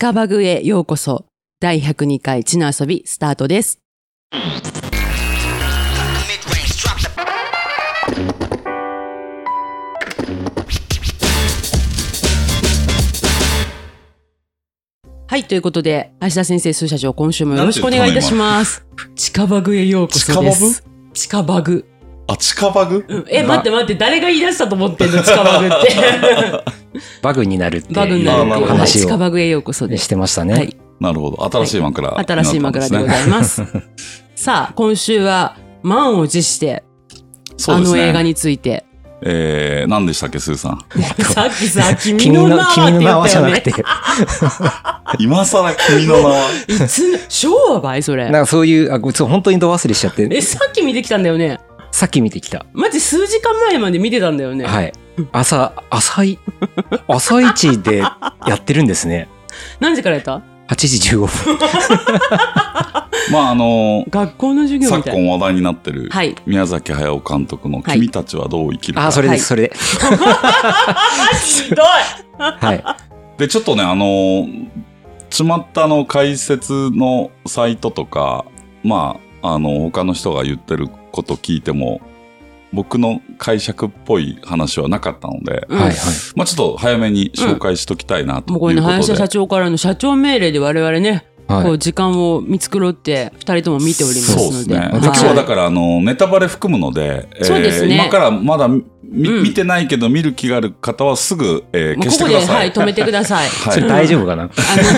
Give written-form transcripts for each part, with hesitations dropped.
近バグへようこそ。第102回地の遊びスタートです。はい、ということで、芦田先生、スー社長、今週もよろしくお願いいたします。近バグへようこそです。近バグ。 あ、近バグ？ 待って、誰が言い出したと思ってんの、近バグって。 バグになるっていう話を近バグへようこそでしてましたね。 はい、 なるほど。新しい枕、 はい。新しい枕でございます。さあ、今週は満を持して、あの映画について。 何でしたっけ、スーさん。 さっきさ、君の名はって言ったよね。 今更君の名は。 昭和ばいそれ。 なんかそういう、本当に度忘れしちゃって。 さっき見てきたんだよね。 さっき見てきた。 マジ数時間前まで見てたんだよね。 はい。朝一でやってるんですね。 何時からやった ？8時15分。 まあ学校の授業みたいな。 昨今話題になってる宮崎駿監督の君たちはどう生きるか。 それです、それで。 ひどい。 はい。 で、ちょっとね、巷の解説のサイトとか、まあ、他の人が言ってること聞いても、僕の解釈っぽい話はなかったので、 はいはい。 まあちょっと早めに紹介しときたいなということで。 もうこれね、林田社長からの社長命令で我々ね、こう時間を見繕って2人とも見ておりますので。 そうですね。今日はだからネタバレ含むので、 そうですね、 今からまだ見てないけど見る気がある方はすぐ、消してください。 ここで、止めてください。 それ大丈夫かな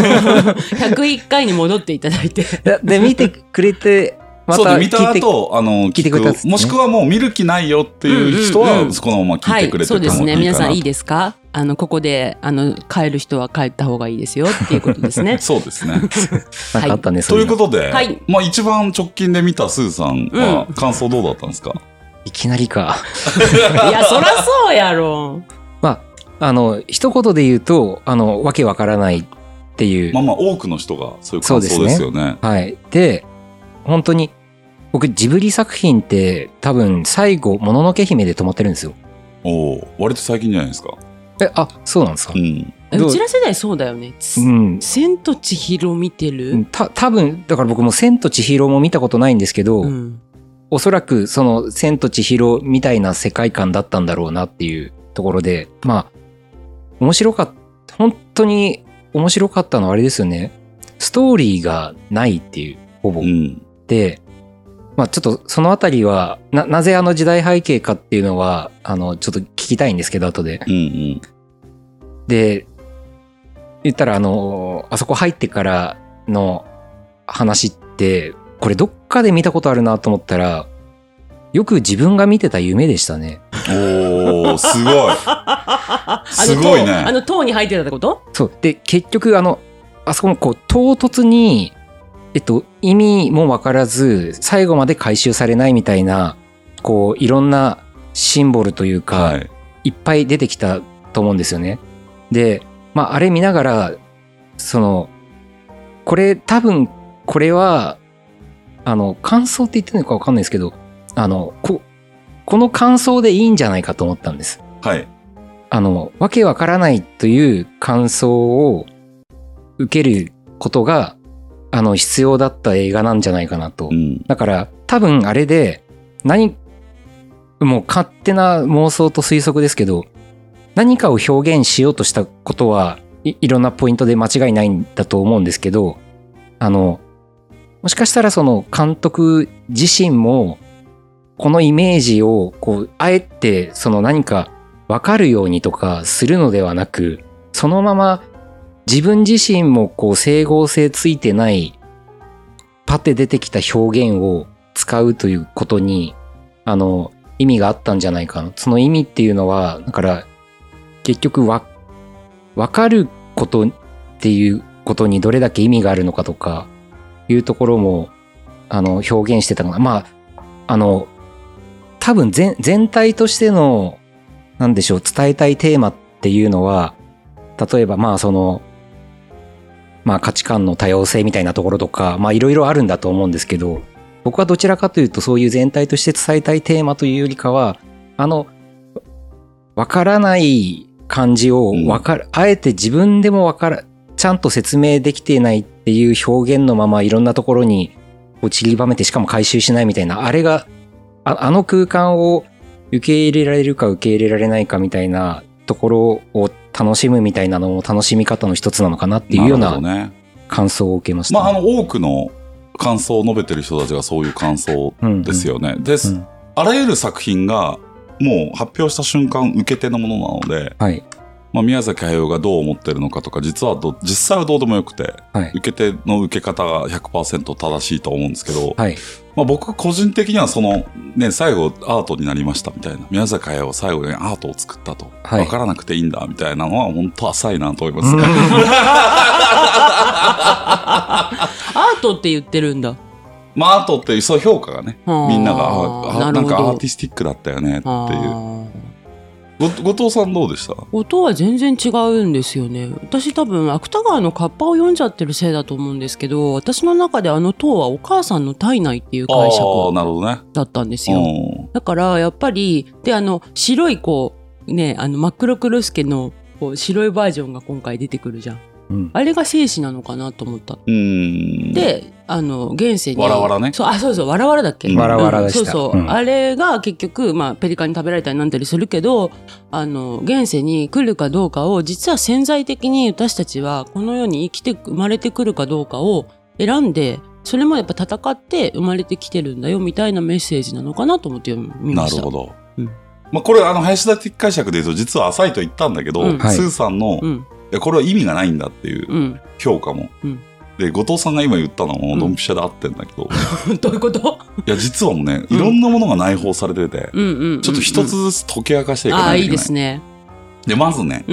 ？101回に戻っていただいて。 で、見てくれて、 そうで、見た後、聞いてくれた、ね。もしくはもう見る気ないよっていう人は、このまま聞いてくれてそうですね。皆さんいいですか？ここで、帰る人は帰った方がいいですよっていうことですね。 そうですね。 なんかあったね、 ということで、まあ一番直近で見たスーさんは、感想どうだったんですか？ いきなりか。 いや、そらそうやろ。 まあ、一言で言うと、わけわからないっていう。 まあまあ、多くの人がそういう感想ですよね。 はい。で、本当に、僕、ジブリ作品って多分最後、もののけ姫で止まってるんですよ。 おお、割と最近じゃないですか。 そうなんですか。 うん。 うちら世代そうだよね。 うん。 千と千尋見てる？ 多分、だから僕も千と千尋も見たことないんですけど、おそらくその千と千尋みたいな世界観だったんだろうなっていうところで、まあ、本当に面白かったのはあれですよね。ストーリーがないっていう、ほぼ。で、まあちょっとそのあたりは、なぜ時代背景かっていうのは、ちょっと聞きたいんですけど、後で。で、言ったらあそこ入ってからの話って、これどっかで見たことあるなと思ったら、よく自分が見てた夢でしたね。 おー、すごい。すごいね。 塔に入ってたってこと？ そう。で、結局あそこのこう、唐突に、意味もわからず、最後まで回収されないみたいな、こう、いろんなシンボルというか、いっぱい出てきたと思うんですよね。で、まあ、あれ見ながら、多分、これは、感想って言ってるのかわかんないですけど、この感想でいいんじゃないかと思ったんです。 はい。 わけわからないという感想を受けることが、必要だった映画なんじゃないかなと。だから、多分あれで、もう勝手な妄想と推測ですけど、何かを表現しようとしたことはいろんなポイントで間違いないんだと思うんですけど、もしかしたらその監督自身も、このイメージを、こう、あえて何か分かるようにとかするのではなく、そのまま自分自身もこう整合性ついてないパッて出てきた表現を使うということに意味があったんじゃないかな。その意味っていうのはだから結局わかることっていうことにどれだけ意味があるのかとかいうところも表現してたかな。まあ多分全体としてのなんでしょう伝えたいテーマっていうのは例えば価値観の多様性みたいなところとか、いろいろあるんだと思うんですけど、僕はどちらかというとそういう全体として伝えたいテーマというよりかは、わからない感じをあえて自分でもちちゃんと説明できてないっていう表現のままいろんなところに散りばめてしかも回収しないみたいな、あれがあの空間を受け入れられるか受け入れられないかみたいなところを楽しむみたいなのも楽しみ方の一つなのかなっていうような感想を受けました、ね。 多くの感想を述べてる人たちがそういう感想ですよね。あらゆる作品がもう発表した瞬間受け手のものなので、はい、宮崎駿がどう思ってるのかとか実際はどうでもよくて、はい、受け手の受け方が 100% 正しいと思うんですけど、はい、僕個人的には最後アートになりましたみたいな、宮崎駿は最後にアートを作ったと、はい、分からなくていいんだみたいなのは本当浅いなと思いますね。 アートって言ってるんだ。 アートっていうそう評価がね、みんながなんかアーティスティックだったよねっていう。後藤さんどうでした？ 後藤は全然違うんですよね。私多分芥川のカッパを読んじゃってるせいだと思うんですけど、私の中で塔はお母さんの体内っていう解釈だったんですよ。だからやっぱりで白い真っ黒クロスケの白いバージョンが今回出てくるじゃん。あれが生死なのかなと思った。で現世にわらわらね。 そうわらわらだっけ。 わらわらでした。 あれが結局ペリカンに食べられたりなんたりするけど現世に来るかどうかを実は潜在的に私たちはこの世に生まれてくるかどうかを選んで、それもやっぱ戦って生まれてきてるんだよみたいなメッセージなのかなと思って読みました。 なるほど。これ林田的解釈で言うと実は浅いと言ったんだけど、スーさんのこれは意味がないんだっていう評価も、で後藤さんが今言ったのもドンピシャで合ってんだけど、 どういうこと？ いや実はもうね、いろんなものが内包されてて、ちょっと一つずつ解き明かしていかないといけない。 いいですね。 でまずね、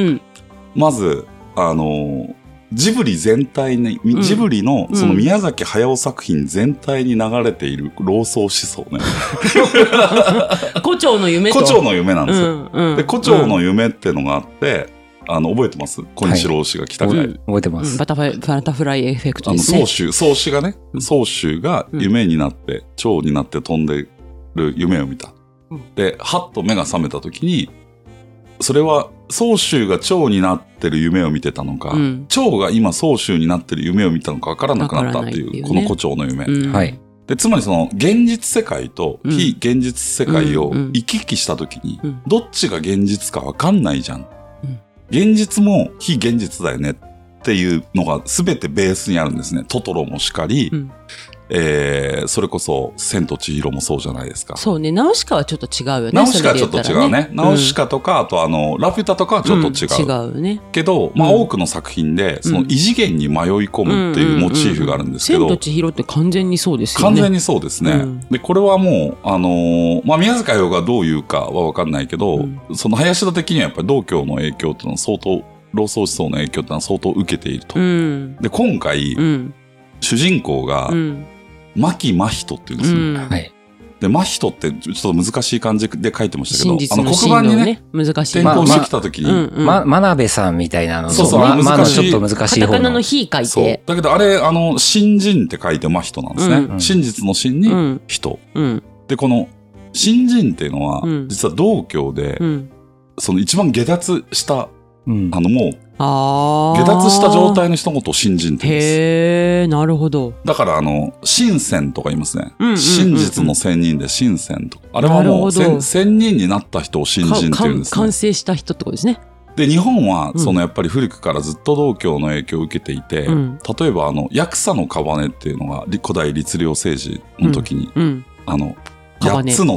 ジブリ全体に、ジブリのその宮崎駿作品全体に流れている老荘思想ね。 胡蝶の夢と。 胡蝶の夢なんですよ。で胡蝶の夢ってのがあって。覚えてます？小西老師が来たぐらい。 覚えてます。 バタフライエフェクトですね。 宗主がね、宗主が夢になって、蝶になって飛んでる夢を見た。で、はっと目が覚めた時に、それは宗主が蝶になってる夢を見てたのか、蝶が今宗主になってる夢を見たのか分からなくなったっていう、この胡蝶の夢。でつまりその現実世界と非現実世界を行き来した時に、どっちが現実か分かんないじゃん。現実も非現実だよねっていうのが全てベースにあるんですね。トトロもしかり、それこそ千と千尋もそうじゃないですか。 そうね。ナウシカはちょっと違うよね。 ナウシカはちょっと違うね。ナウシカとか、あとラピュタとかはちょっと違う。 違うね。 けど、多くの作品で、その異次元に迷い込むっていうモチーフがあるんですけど。 千と千尋って完全にそうですよね。 完全にそうですね。で、これはもう、宮崎駿がどう言うかは分かんないけど、その林田的にはやっぱり道教の影響っていうのは相当、老荘思想の影響っていうのは相当受けていると。で、今回、主人公が、牧真人っていうんですね。はい。で、真人ってちょっと難しい漢字で書いてましたけど、黒板にね、 難しい。 転校してきた時に、 真鍋さんみたいなの、 そう、 難しい。ちょっと難しい方の。 カタカナの火書いて。 そう。だけどあれ、新人って書いて真人なんですね。真実の真に人。で、この新人っていうのは、実は道教で、その一番下脱した、もう、下脱した状態の人のことを新人って言うんです。 へー、なるほど。 だから神仙とか言いますね。真実の仙人で神仙とか。あれはもう仙人になった人を新人って言うんですね。 完成した人ってことですね。 で、日本はやっぱり古くからずっと道教の影響を受けていて、例えば八草の姓っていうのが古代律令政治の時に、8つの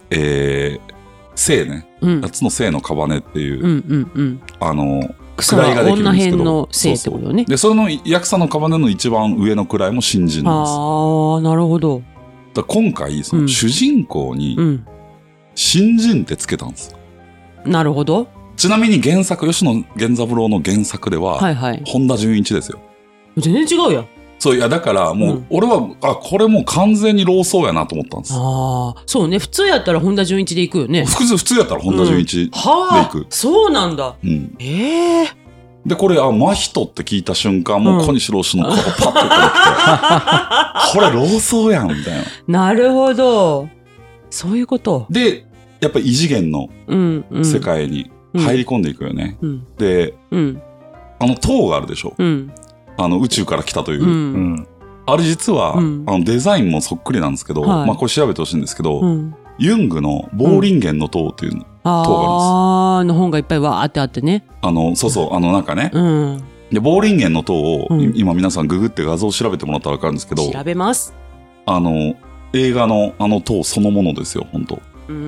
姓ね。8つの姓の姓っていう、 草は女編の姓ってことね。 で、その八草の姓の一番上の位も新人なんです。 ああ、なるほど。 だ今回、その主人公に、新人ってつけたんですよ。 なるほど。 ちなみに原作、吉野源三郎の原作では、本田純一ですよ。 全然違うやん。 そう、いや、だからもう、俺は、これもう完全に老荘やなと思ったんです。 ああ、そうね。普通やったら本田純一で行くよね。 普通やったら本田純一で行く。 そうなんだ。 で、これ、真人って聞いた瞬間、もう小西老師の顔パッとこって、これ老荘やん、みたいな。なるほど。そういうこと。 で、やっぱり異次元の世界に入り込んでいくよね。で、塔があるでしょ。 宇宙から来たという。あれ実は、デザインもそっくりなんですけど、まあこれ調べてほしいんですけど、ユングのボーリンゲンの塔という塔があるんです。の本がいっぱいわーってあってね。 そうそう、なんかね。で、ボーリンゲンの塔を、今皆さんググって画像を調べてもらったらわかるんですけど、 調べます。 映画の塔そのものですよ、本当。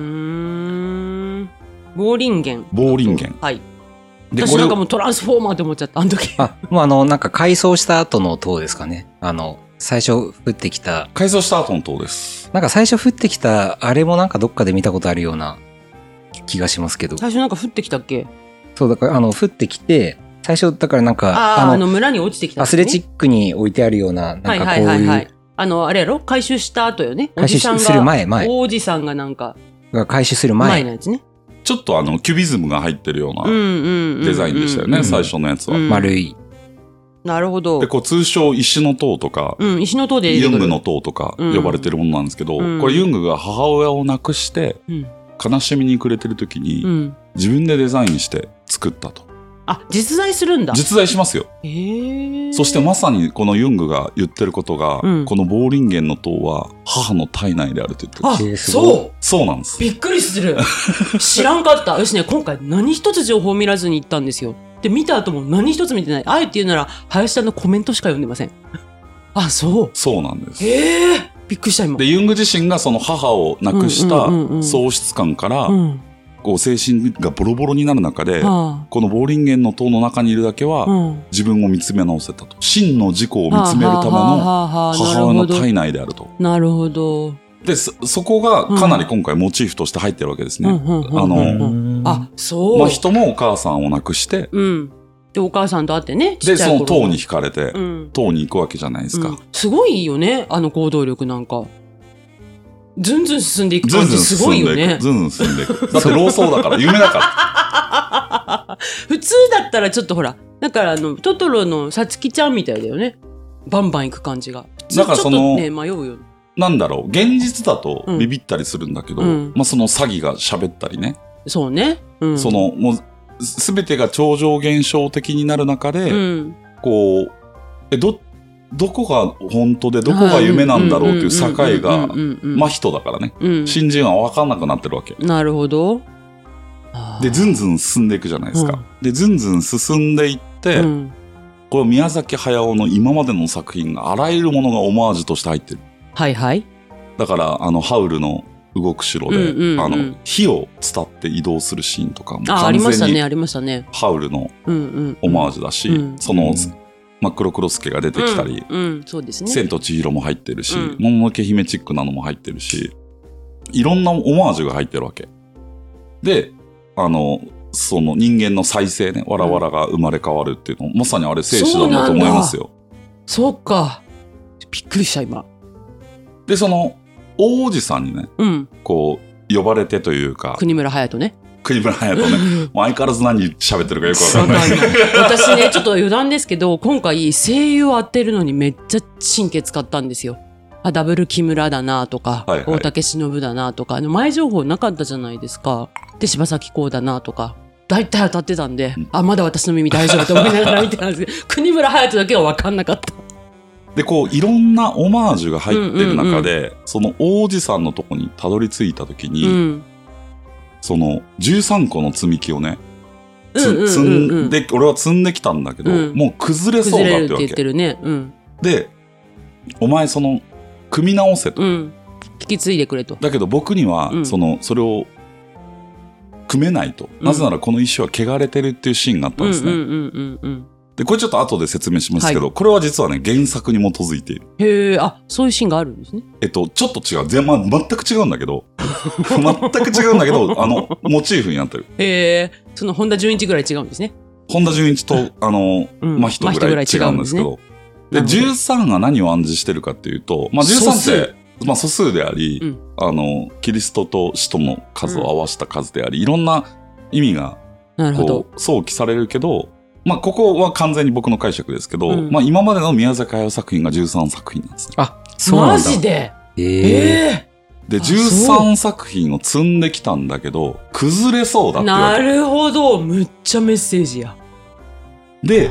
ボーリンゲン。 ボーリンゲン。 はい。私なんかもうトランスフォーマーって思っちゃった、あの時。 もうなんか改装した後の塔ですかね。最初降ってきた。 改装した後の塔です。 なんか最初降ってきた、あれもなんかどっかで見たことあるような気がしますけど。 最初なんか降ってきたっけ？ そう、だから降ってきて、最初だからなんか、 村に落ちてきた、ね。 アスレチックに置いてあるような、なんかこういう。 あれやろ？回収した後よね。 回収する前。 王子さんがなんか。 回収する前。 前のやつね。 ちょっとキュビズムが入ってるようなデザインでしたよね、最初のやつは。 丸い。 なるほど。 で、通称石の塔とか、 石の塔でユングの塔とか呼ばれてるものなんですけど、これユングが母親を亡くして、悲しみに暮れてる時に、自分でデザインして作ったと。 あ、実在するんだ。 実在しますよ。そしてまさにこのユングが言ってることが、このボーリンゲンの塔は母の体内であると言ってる。そうなんです。 びっくりする。知らんかった。私ね、今回何一つ情報を見らずに行ったんですよ。で、見た後も何一つ見てない。あえて言うなら、林さんのコメントしか読んでません。あ、そう。 そうなんです。 びっくりした今。 で、ユング自身がその母を亡くした喪失感から、精神がボロボロになる中で、このボーリンゲンの塔の中にいるだけは、自分を見つめ直せたと。真の自己を見つめるための母親の体内であると。 なるほど。 で、そこがかなり今回モチーフとして入ってるわけですね。 そう。 まあ人もお母さんを亡くして、 で、お母さんと会ってね、 で、その塔に惹かれて、塔に行くわけじゃないですか。 すごいよね、行動力なんか。ずんずん進んでいく感じすごいよね。 ずんずん進んでいく。だって老僧だから、夢だから。普通だったらちょっとほら、だからトトロのさつきちゃんみたいだよね。バンバン行く感じが。 だからその、ちょっとね、迷うよ。 なんだろう、現実だとビビったりするんだけど、まあその詐欺が喋ったりね。 そうね。 その、もう、すべてが超常現象的になる中で、こう、どこが本当でどこが夢なんだろうっていう境が、まあ人だからね。新人は分かんなくなってるわけ。 なるほど。 で、ずんずん進んでいくじゃないですか。で、ずんずん進んでいって、これ宮崎駿の今までの作品があらゆるものがオマージュとして入ってる。 はいはい。 だから、ハウルの動く城で、火を伝って移動するシーンとかもありましたね、ありましたね。 ハウルのオマージュだし、その、真っ黒クロスケが出てきたり、 そうですね。 千と千尋も入ってるし、もののけ姫チックなのも入ってるし、いろんなオマージュが入ってるわけ。で、その人間の再生ね、わらわらが生まれ変わるっていうの、まさにあれ生死なんだと思いますよ。 そうか。びっくりした今。 で、その、大王子さんにね、こう、呼ばれてというか。 国村隼人ね。 国村隼人ね。もう相変わらず何喋ってるかよくわかんない。 私ね、ちょっと余談ですけど、今回声優を当てるのにめっちゃ神経使ったんですよ。ダブル木村だなとか、大竹しのぶだなとか、前情報なかったじゃないですか。で、柴咲コウだなとか。大体当たってたんで、まだ私の耳大丈夫と思いながら見てたんですけど、国村隼人だけは分かんなかった。 で、こう、いろんなオマージュが入ってる中で、その王子さんのとこにたどり着いたときに、その13個の積み木をね、積んで、俺は積んできたんだけど、もう崩れそうだってわけ。崩れるって言ってるね。で、お前その、組み直せと。 引き継いでくれと。 だけど僕には、それを、組めないと。なぜならこの石は汚れてるっていうシーンがあったんですね。で、これちょっと後で説明しますけど、これは実はね、原作に基づいている。 へえ、そういうシーンがあるんですね。 ちょっと違う。全く違うんだけど、全く違うんだけど、モチーフになってる。 へえ、その本田純一ぐらい違うんですね。 本田純一と、真人ぐらい違うんですけど。で、13が何を暗示してるかっていうと、まあ、13って、まあ、素数であり、キリストと使徒の数を合わせた数であり、いろんな意味が、こう、想起されるけど、まあ、ここは完全に僕の解釈ですけど、まあ、今までの宮崎駿作品が13作品なんですね。 そうなんだ。マジでで、13作品を積んできたんだけど、崩れそうだって言われて。なるほど。むっちゃメッセージや。 で、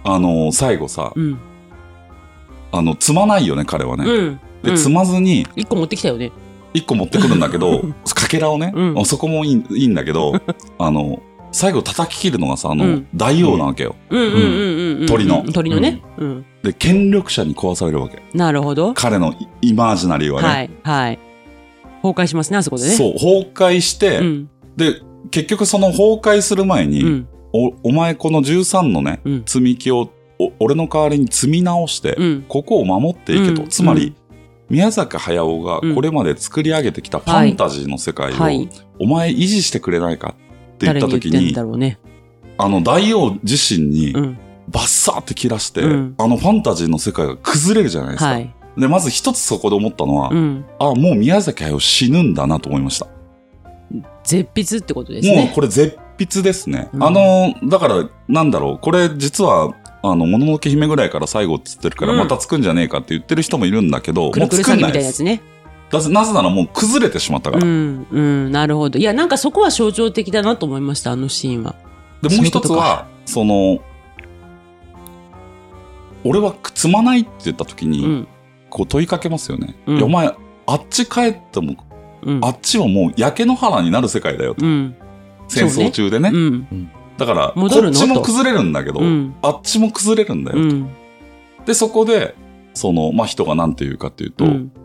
最後さ、 うん、 積まないよね、彼はね。 うん、 で、積まずに、 1個持ってきたよね。 1個持ってくるんだけど、かけらをね、 うん、 そこもいいんだけど、最後叩き切るのがさ、大王なわけよ。鳥の。 鳥のね。うん。 で、権力者に壊されるわけ。 なるほど。 彼のイマージナリーはね。 はい、はい。崩壊しますね、あそこでね。 そう、崩壊して、で、結局その崩壊する前に、お前この13のね、積み木を俺の代わりに積み直して、ここを守っていけと。つまり、宮崎駿がこれまで作り上げてきたファンタジーの世界を、お前維持してくれないかって言った時に、大王自身にバッサーって切らして、ファンタジーの世界が崩れるじゃないですか。で、まず一つそこで思ったのは、もう宮崎駿死ぬんだなと思いました。 絶筆ってことですね。 もうこれ絶筆ですね。だから、なんだろう、これ実は、もののけ姫ぐらいから最後って言ってるから、またつくんじゃねえかって言ってる人もいるんだけど、 くるくる詐欺みたいなやつね。 なぜならもう崩れてしまったから。 なるほど。いや、なんかそこは象徴的だなと思いました、あのシーンは。 で、もう一つは、俺は積まないって言った時に、こう問いかけますよね。いや、お前、あっち帰っても、あっちはもう焼け野原になる世界だよと。戦争中でね。だから、こっちも崩れるんだけど、あっちも崩れるんだよと。で、そこで、人が何て言うかっていうと、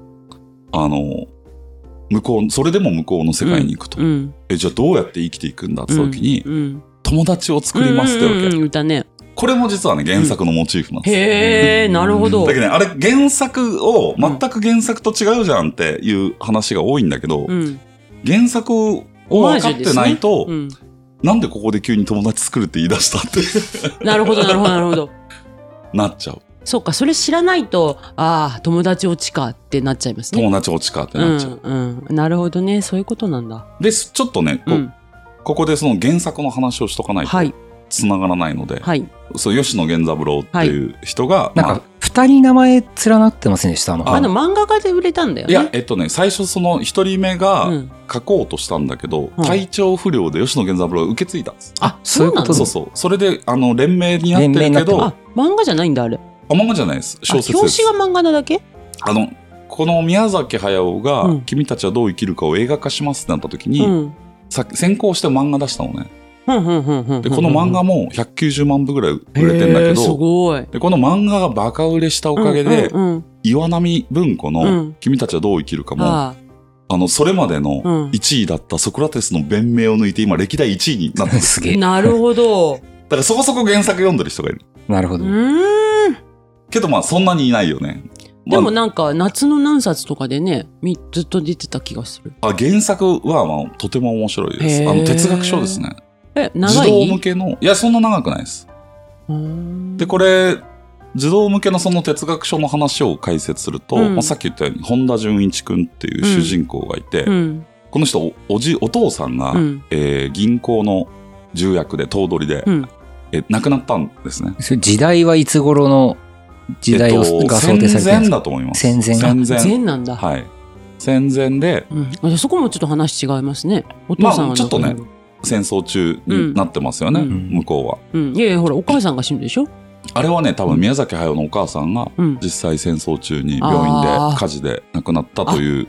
向こう、それでも向こうの世界に行くと。じゃあどうやって生きていくんだって時に、友達を作りますってわけ。 歌ね。 これも実はね、原作のモチーフなんです。 へー、なるほど。 だけどね、あれ原作を、全く原作と違うじゃんっていう話が多いんだけど、原作を分かってないと、なんでここで急に友達作るって言い出したってなるほど、なるほど、なるほど。 なっちゃう。 そうか、それ知らないと、友達落ちかってなっちゃいますね。 友達落ちかってなっちゃう。 なるほどね、そういうことなんだ。 で、ちょっとね、ここでその原作の話をしとかないと繋がらないので、そう、吉野源三郎っていう人が、 なんか、二人名前連なってませんでした？ 漫画家で売れたんだよね。 いや、最初その一人目が書こうとしたんだけど、体調不良で吉野源三郎が受け継いだんです。 そういうこと？ そうそう。それで、連名になってるけど、 漫画じゃないんだ、あれ。 漫画じゃないです。小説です。 表紙が漫画なだけ？ この宮崎駿が、君たちはどう生きるかを映画化しますってなった時に、先行して漫画出したのね。で、この漫画も190万部ぐらい売れてんだけど、 すごい。 で、この漫画がバカ売れしたおかげで、岩波文庫の君たちはどう生きるかも、それまでの1位だったソクラテスの弁明を抜いて今歴代1位になってる。 すげえ。 なるほど。 だからそこそこ原作読んでる人がいる。 なるほど。 けどそんなにいないよね。 でもなんか夏の何冊とかでね、ずっと出てた気がする。 原作はとても面白いです。哲学書ですね。 長い？ 児童向けの、いや、そんな長くないです。で、これ、児童向けのその哲学書の話を解説すると、さっき言ったように、本田純一くんっていう主人公がいて、この人、お父さんが、銀行の重役で、頭取で、亡くなったんですね。 時代はいつ頃の時代が想定されてるんですか？ 戦前だと思います。 戦前。 戦前なんだ。 はい。戦前で、 そこもちょっと話違いますね。お父さんはちょっとね、戦争中になってますよね、向こうは。 いやいや、ほら、お母さんが死ぬでしょ？ あれはね、多分宮崎駿のお母さんが、実際戦争中に病院で火事で亡くなったという、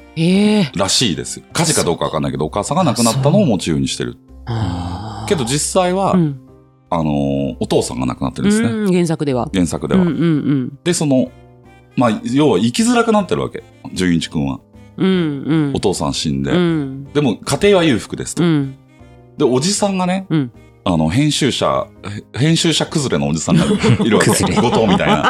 らしいですよ。火事かどうかわかんないけど、お母さんが亡くなったのをモチーフにしてる。けど実際は、お父さんが亡くなってるんですね。 原作では。 原作では。で、要は生きづらくなってるわけ。純一くんは。お父さん死んで。でも家庭は裕福ですと。で、おじさんがね、編集者崩れのおじさんがいるわけ。後藤みたいな。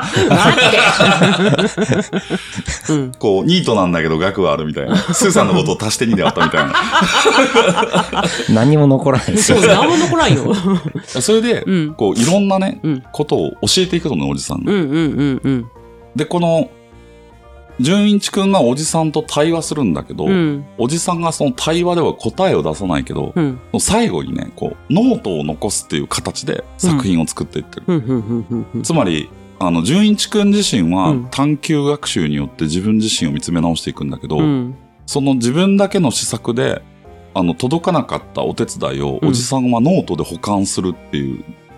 こう、ニートなんだけど額はあるみたいな。スーさんのことを足して2で割ったみたいな。 何も残らないですよ。 そう、何も残らんよ。 それで、こう、いろんなね、ことを教えていくのね、おじさんが。で、この、純一くんがおじさんと対話するんだけど、おじさんがその対話では答えを出さないけど、最後にね、こう、ノートを残すっていう形で作品を作っていってる。つまり、純一くん自身は探究学習によって自分自身を見つめ直していくんだけど、その自分だけの施策で、届かなかったお手伝いをおじさんはノートで保管するっていう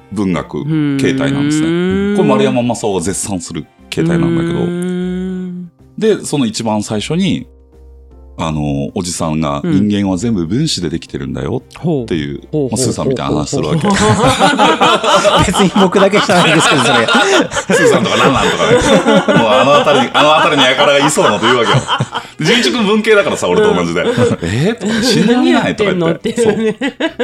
文学形態なんですね。これ丸山正雄が絶賛する形態なんだけど、で、その一番最初に、おじさんが人間は全部分子でできてるんだよっていう、スーさんみたいな話するわけ。 別に僕だけじゃないんですけど、それ。 スーさんとかランランとかね。もうあの辺りにやからがいそうなこと言うわけよ。純一君文系だからさ、俺と同じで。とか死んでみないとか言って。そう。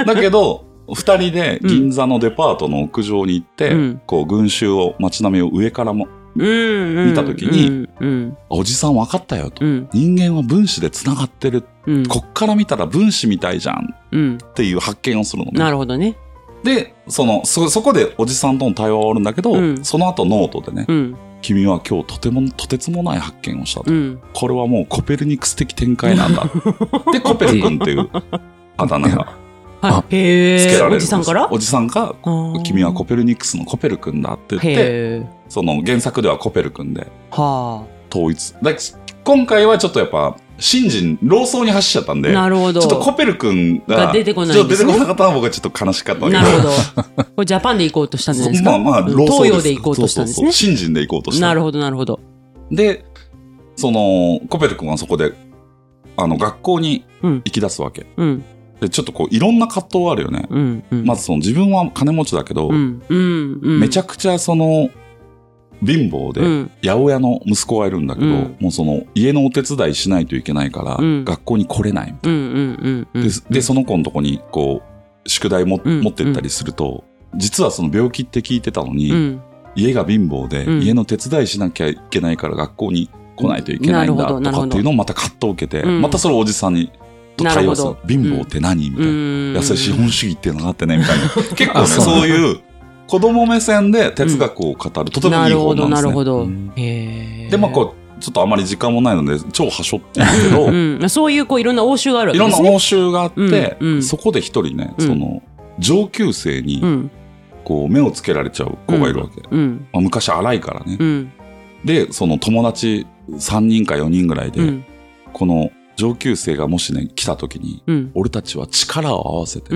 だけど、二人で銀座のデパートの屋上に行って、こう群衆を、街並みを上からも、見たときに、おじさん分かったよと、人間は分子で繋がってる、こっから見たら分子みたいじゃん、っていう発見をするのね。 なるほどね。 で、そこでおじさんとの対話は終わるんだけど、その後ノートでね、君は今日とてつもない発見をしたと、これはもうコペルニクス的展開なんだ。で、コペル君っていうあだ名がつけられる。おじさんからおじさんが、君はコペルニクスのコペル君だって言って、その原作ではコペル君で統一。今回はちょっとやっぱ、老僧に走っちゃったんで、なるほど、ちょっとコペル君が出てこないんですね。出てこなかったのは僕はちょっと悲しかったんだけど。なるほど。 これジャパンで行こうとしたんじゃないですか。東洋で行こうとしたんですね。 新人で行こうとした。 なるほど、なるほど。 で、コペル君はそこで、学校に行き出すわけ。で、ちょっとこう、いろんな葛藤あるよね。まず自分は金持ちだけど、めちゃくちゃ貧乏で、八百屋の息子がいるんだけど、もう家のお手伝いしないといけないから、学校に来れないみたいな。で、その子のとこに、こう、宿題持ってったりすると、実はその病気って聞いてたのに、家が貧乏で、家の手伝いしなきゃいけないから学校に来ないといけないんだとかっていうのをまた葛藤を受けて、またそれをおじさんに、と対応する。貧乏って何みたいな。いや、それ資本主義っていうのがあってね、みたいな。結構ね、そういう子供目線で哲学を語る、とてもいい本なんですね。なるほど、なるほど。で、まあこう、ちょっとあまり時間もないので、超はしょってるけど、 そういうこういろんな応酬があるわけですね。 いろんな応酬があって、そこで一人ね、上級生に、こう、目をつけられちゃう子がいるわけ。まあ、昔荒いからね。で、その友達3人か4人ぐらいで、この、上級生がもしね、来た時に、俺たちは力を合わせて、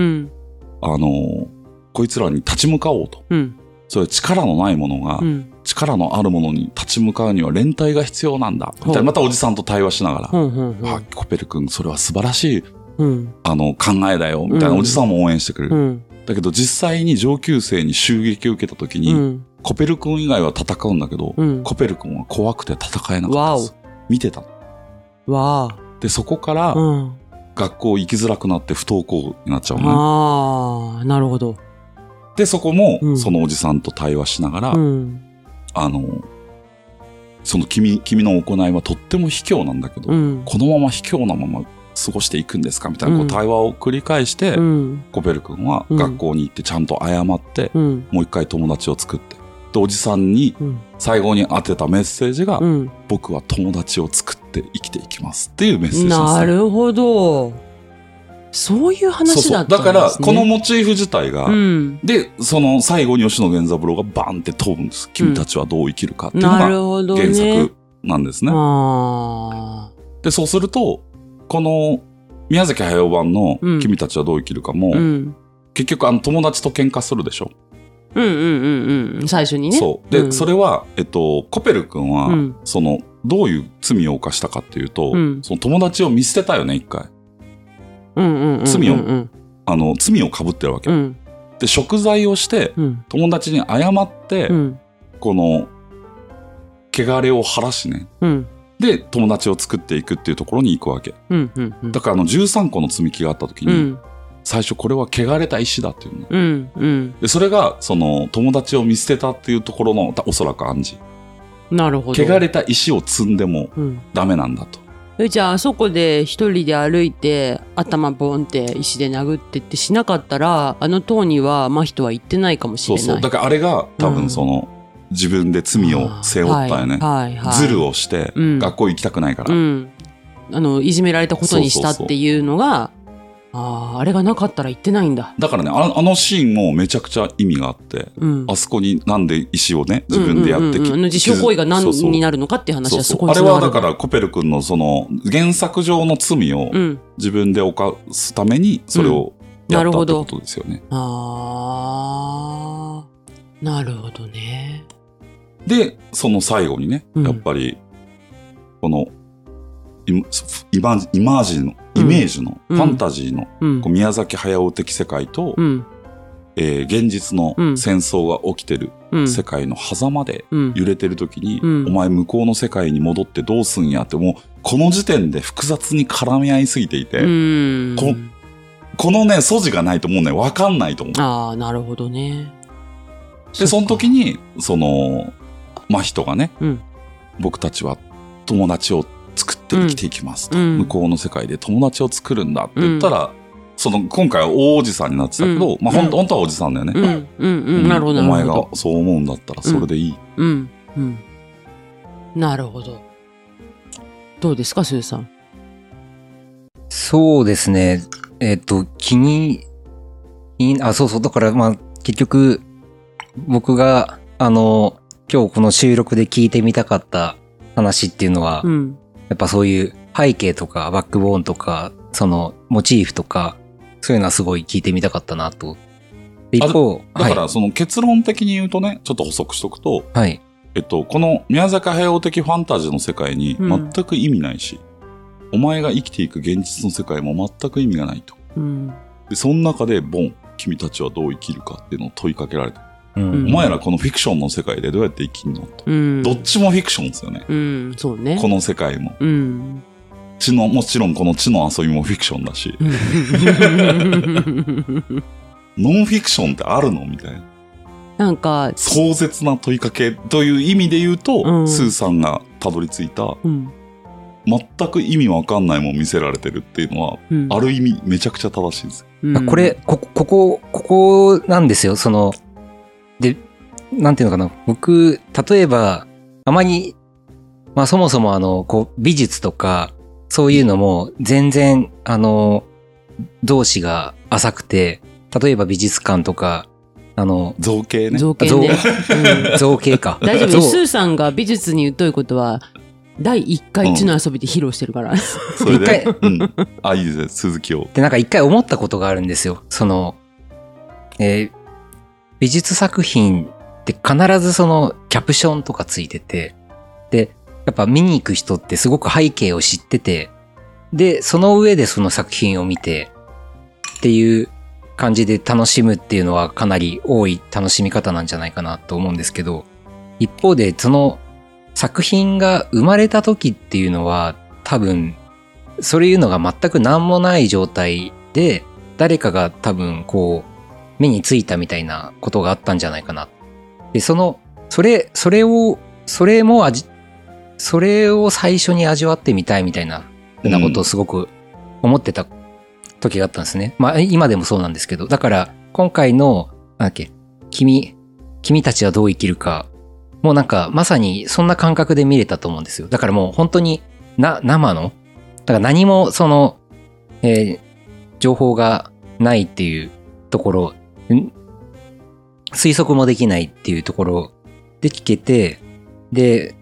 こいつらに立ち向かおうと。そういう力のないものが、力のあるものに立ち向かうには連帯が必要なんだ。みたいな、またおじさんと対話しながら、コペル君、それは素晴らしい、考えだよ。みたいな、おじさんも応援してくれる。だけど実際に上級生に襲撃を受けた時に、コペル君以外は戦うんだけど、コペル君は怖くて戦えなかったです。見てた。で、そこから、学校行きづらくなって不登校になっちゃうね。 ああ、なるほど。 で、そこも、そのおじさんと対話しながら、その君の行いはとっても卑怯なんだけど、このまま卑怯なまま過ごしていくんですかみたいなこう対話を繰り返して、コペル君は学校に行ってちゃんと謝って、もう一回友達を作って、で、おじさんに最後に当てたメッセージが、僕は友達を作って生きていきますっていうメッセージです、ね。 なるほど。そういう話だったんですね。 だから、このモチーフ自体が、で、その最後に吉野源三郎がバンって問うんです。君たちはどう生きるかっていうのが原作なんですね。で、そうすると、この宮崎駿版の君たちはどう生きるかも、結局友達と喧嘩するでしょ。 最初にね。 そう。で、それは、コペル君は、どういう罪を犯したかっていうと、その友達を見捨てたよね、一回。罪を被ってるわけ。で、贖罪をして、友達に謝って、この、汚れを晴らしね。で、友達を作っていくっていうところに行くわけ。だから13個の積み木があった時に、最初これは汚れた石だっていうね。で、それが、友達を見捨てたっていうところの、おそらく暗示。 なるほど。 汚れた石を積んでもダメなんだと。 じゃあ、あそこで一人で歩いて、頭ボンって石で殴ってってしなかったら、塔には真人は行ってないかもしれない。そうそう。だからあれが、多分自分で罪を背負ったよね。ズルをして、学校行きたくないから。 いじめられたことにしたっていうのが、あれがなかったら行ってないんだ。 だからね、あのシーンもめちゃくちゃ意味があって、あそこになんで石をね、自分でやって自傷行為が何になるのかっていう話はそこにあれはだからコペル君の原作上の罪を自分で犯すために、それをやったってことですよね。 あー、なるほどね。 で、その最後にね、やっぱり、この、イメージの、ファンタジーの、宮崎駿的世界と、現実の戦争が起きてる世界の狭間で揺れてる時に、お前向こうの世界に戻ってどうすんやって、もうこの時点で複雑に絡み合いすぎていて、このね素地がないともうね分かんないと思う。 ああ、なるほどね。 でその時にその真人がね、僕たちは友達を作って生きていきますと、向こうの世界で友達を作るんだって言ったら、その今回は大おじさんになってたけど、まあ本当はおじさんだよね。 なるほど。 お前がそう思うんだったらそれでいい。 なるほど。どうですか、スーさん。 そうですね。そうだからまあ結局僕が今日この収録で聞いてみたかった話っていうのは、やっぱそういう背景とかバックボーンとかそのモチーフとかそういうのはすごい聞いてみたかったなと。一方だからその結論的に言うとね、ちょっと補足しとくと、 はい、 この宮崎駿的ファンタジーの世界に全く意味ないし、お前が生きていく現実の世界も全く意味がないと。でその中でボン、君たちはどう生きるかっていうのを問いかけられて、お前らこのフィクションの世界でどうやって生きんのと、どっちもフィクションですよね。 そうね。 この世界も、もちろんこの地の遊びもフィクションだし、ノンフィクションってあるのみたいな。 なんか壮絶な問いかけという意味で言うと、スーさんがたどり着いた、全く意味わかんないもん見せられてるっていうのは、ある意味めちゃくちゃ正しいです。 ここなんですよ。そのでなんていうのかな、僕例えばあまりまあそもそもこう美術とかそういうのも全然同士が浅くて、例えば美術館とか造形ね。 造形か。大丈夫。スーさんが美術に疎いことは第1回地の遊びで披露してるから。 それで、いいですね、続きを。 でなんか一回思ったことがあるんですよ。その美術作品って必ずそのキャプションとかついてて、でやっぱ見に行く人ってすごく背景を知ってて、でその上でその作品を見てっていう感じで楽しむっていうのはかなり多い楽しみ方なんじゃないかなと思うんですけど、一方でその作品が生まれた時っていうのは多分そういうのが全く何もない状態で誰かが多分こう目についたみたいなことがあったんじゃないかな。でそれを最初に味わってみたいみたいなことをすごく思ってた時があったんですね。まあ今でもそうなんですけど、だから今回の君たちはどう生きるか、もうなんかまさにそんな感覚で見れたと思うんですよ。だからもう本当に生の、だから何もその、情報がないっていうところ、推測もできないっていうところで聞けて、で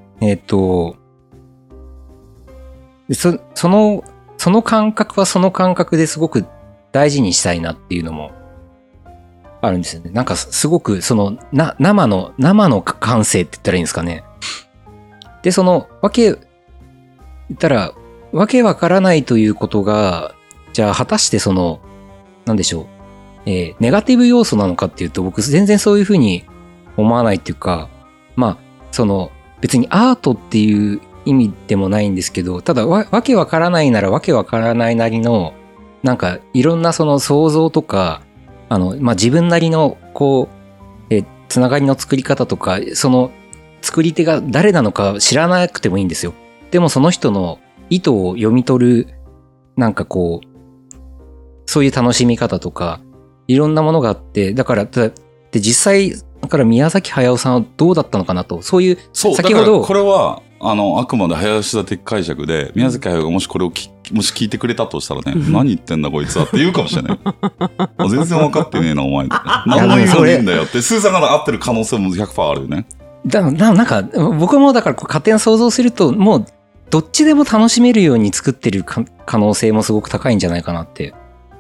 その感覚はその感覚ですごく大事にしたいなっていうのもあるんですよね。なんかすごくその生の感性って言ったらいいんですかね。でその言ったらわけわからないということが、じゃあ果たしてそのなんでしょう、ネガティブ要素なのかっていうと、僕全然そういうふうに思わないっていうか、まあその別にアートっていう意味でもないんですけど、ただわけわからないならわけわからないなりのなんかいろんなその想像とか自分なりのこうつながりの作り方とか、その作り手が誰なのか知らなくてもいいんですよ。でもその人の意図を読み取るなんかこうそういう楽しみ方とかいろんなものがあって、だからで実際だから宮崎駿さんはどうだったのかなと、そういう先ほどこれはあくまで林田的解釈で、宮崎駿がもしこれをもし聞いてくれたとしたらね、何言ってんだこいつはって言うかもしれない。全然分かってねえなお前って。何の意味もねえんだよって、スーさんが合ってる可能性も 100% あるよね。 なんか僕もだから勝手に想像すると、もうどっちでも楽しめるように作ってる可能性もすごく高いんじゃないかなって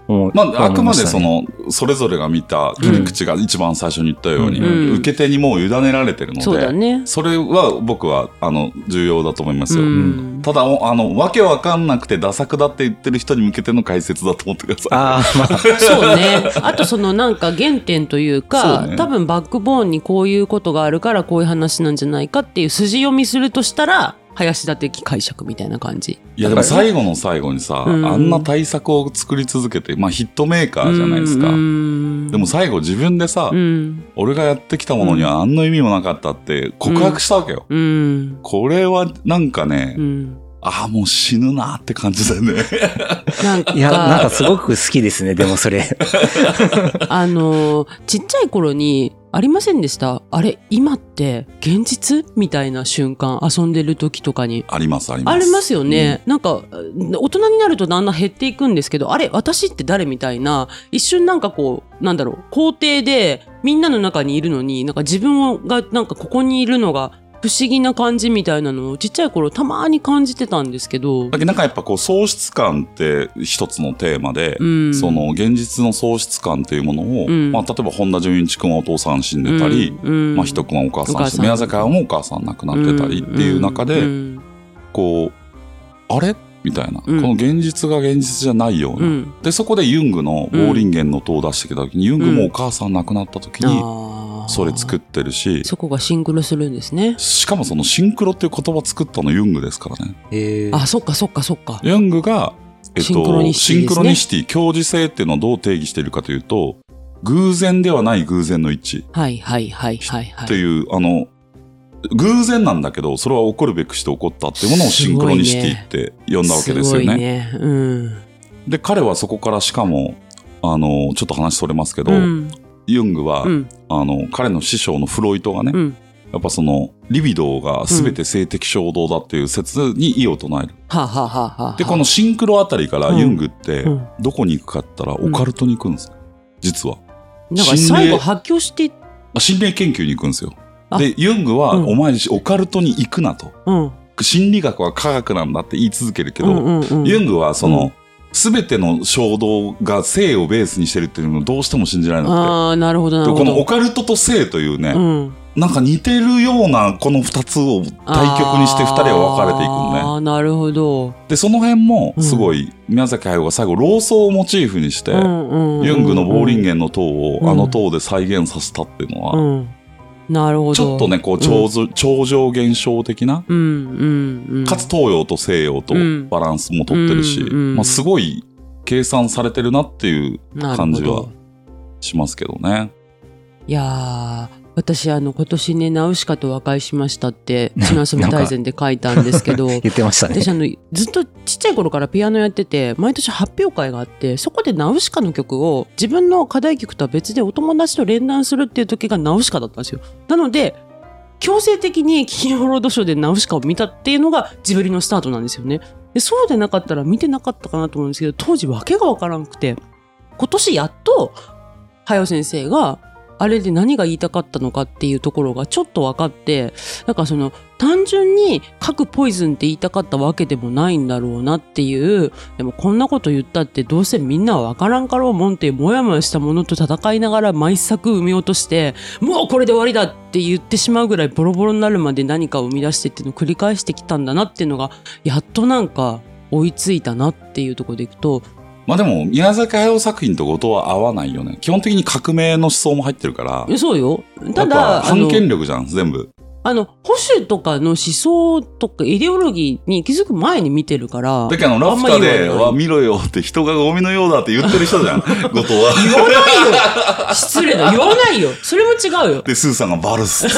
あくまでそれぞれが見た切り口が一番最初に言ったように、受け手にもう委ねられてるので、 そうだね、 それは僕は重要だと思いますよ。ただわけわかんなくてダサくだって言ってる人に向けての解説だと思ってください。 そうね。あとなんか原点というか、多分バックボーンにこういうことがあるからこういう話なんじゃないかっていう筋読みするとしたら、林田的解釈みたいな感じ。 いやでも最後の最後にさ、あんな対策を作り続けて、ヒットメーカーじゃないですか。でも最後自分でさ、俺がやってきたものには何の意味もなかったって告白したわけよ。これはなんかね、もう死ぬなって感じだよね。 なんかすごく好きですね、でもそれ。 ちっちゃい頃にありませんでした？あれ、今って現実みたいな瞬間、遊んでる時とかに。 あります。 ありますよね。なんか、大人になるとだんだん減っていくんですけど、あれ、私って誰みたいな、一瞬なんか校庭でみんなの中にいるのに、なんか自分がなんかここにいるのが、不思議な感じみたいなのをちっちゃい頃たまに感じてたんですけど。 なんかやっぱ喪失感って一つのテーマで、現実の喪失感っていうものを、例えば本田純一君はお父さん死んでたり、真人君はお母さん死んで、宮崎駿もお母さん亡くなってたりっていう中で、あれみたいな、この現実が現実じゃないような。で、そこでユングのボーリンゲンの塔を出してきた時に、ユングもお母さん亡くなった時に、それ作ってるし、 そこがシンクロするんですね。 しかもそのシンクロっていう言葉作ったのユングですからね。 そっか。 ユングが、 シンクロニシティ、共時性っていうのをどう定義しているかというと、偶然ではない偶然の一致。っていう、偶然なんだけど、それは起こるべくして起こったっていうものをシンクロニシティって呼んだわけですよね。で、彼はそこからしかも、ちょっと話それますけど、ユングは、彼の師匠のフロイトがね、やっぱリビドーが全て性的衝動だっていう説に異を唱える。で、このシンクロあたりからユングって、どこに行くかって言ったらオカルトに行くんです。実は。 なんか最後発狂して。 心霊研究に行くんですよ。で、ユングは、お前自身オカルトに行くなと。心理学は科学なんだって言い続けるけど、ユングはすべての衝動が性をベースにしてるっていうのをどうしても信じられなくて。 なるほど。 このオカルトと性というね、なんか似てるようなこの二つを対極にして二人は分かれていくのね。 なるほど。 で、その辺もすごい、宮崎駿が最後、老僧をモチーフにして、ユングのボーリンゲンの塔を塔で再現させたっていうのは、 なるほど。 ちょっとね、超常現象的な、かつ東洋と西洋とバランスもとってるし、すごい計算されてるなっていう感じはしますけどね。 いやー、私今年ね、ナウシカと和解しましたって血の遊び大全で書いたんですけど言ってましたね。 私ずっとちっちゃい頃からピアノやってて、毎年発表会があって、そこでナウシカの曲を自分の課題曲とは別でお友達と連弾するっていう時がナウシカだったんですよ。なので強制的に金曜ロードショーでナウシカを見たっていうのがジブリのスタートなんですよね。で、そうでなかったら見てなかったかなと思うんですけど、当時わけがわからなくて、今年やっと早尾先生があれで何が言いたかったのかっていうところがちょっと分かって、なんか単純に核ポイズンって言いたかったわけでもないんだろうなっていう、でもこんなこと言ったってどうせみんなは分からんかろうもんっていうもやもやしたものと戦いながら毎作生み落として、もうこれで終わりだって言ってしまうぐらいボロボロになるまで何かを生み出してっていうのを繰り返してきたんだなっていうのが、やっとなんか追いついたなっていうところでいくと、 でも宮崎駿作品と後藤は合わないよね。基本的に革命の思想も入ってるから。 そうよ。ただ反権力じゃん全部。 保守とかの思想とかイデオロギーに気づく前に見てるから。 だけどラフタでは見ろよって人がゴミのようだって言ってる人じゃん後藤は。 言わないよ。失礼だ。言わないよ。それも違うよ。 でスーさんがバルスって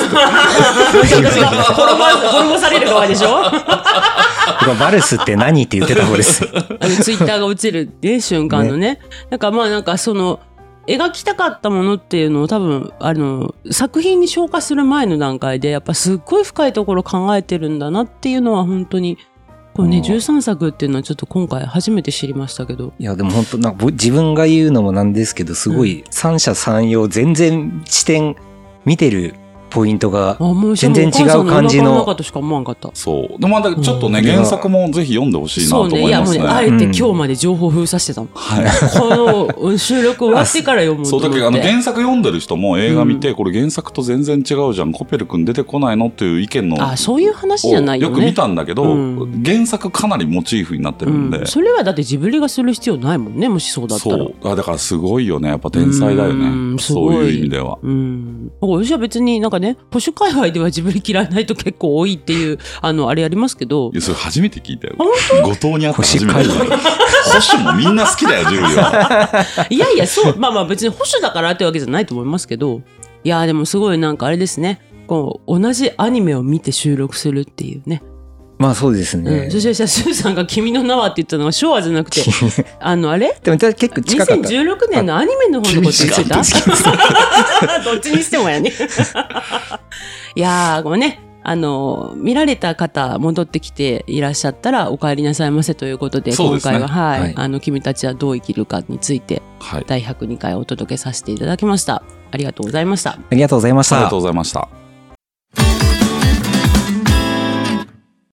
滅ぼされる側でしょ。 バルスって何って言ってた方です。 ツイッターが落ちるって瞬間のね。なんか描きたかったものっていうのを多分作品に昇華する前の段階でやっぱすっごい深いところ考えてるんだなっていうのは本当にこれね、13作っていうのはちょっと今回初めて知りましたけど。 いやでも本当なんか自分が言うのもなんですけど、すごい三者三様全然視点見てるポイントが全然違う感じの。 そう。でもちょっとね、原作もぜひ読んでほしいなと思いますね。そうね。いやもうね、 あえて今日まで情報封鎖してたの。はい。この収録終わってから読むと思って。 そう、だけど原作読んでる人も映画見て、これ原作と全然違うじゃん。コペル君出てこないのっていう意見の。 そういう話じゃないよね。 よく見たんだけど、原作かなりモチーフになってるんで。 それはだってジブリがする必要ないもんね、もしそうだったら。 そう。だからすごいよね。やっぱ天才だよね。そういう意味では。 私は別になんかね、保守界隈ではジブリ嫌いな人結構多いっていう、あれありますけど。 いや、それ初めて聞いたよ。後藤に会った初めて聞いた。保守もみんな好きだよ、ジブリは。 いやいや、そう、まあ別に保守だからってわけじゃないと思いますけど、いや、でもすごいなんかあれですね、同じアニメを見て収録するっていうね。 まあそうですね。 そしてスーさんが君の名はって言ったのは昭和じゃなくて、あれでも結構近かった。 2016年のアニメの方のこと言ってたどっちにしてもやね。いやー、ごめんね。見られた方戻ってきていらっしゃったらお帰りなさいませということで、今回は、はい、君たちはどう生きるかについて、第102回お届けさせていただきました。ありがとうございました。 ありがとうございました。 ありがとうございました。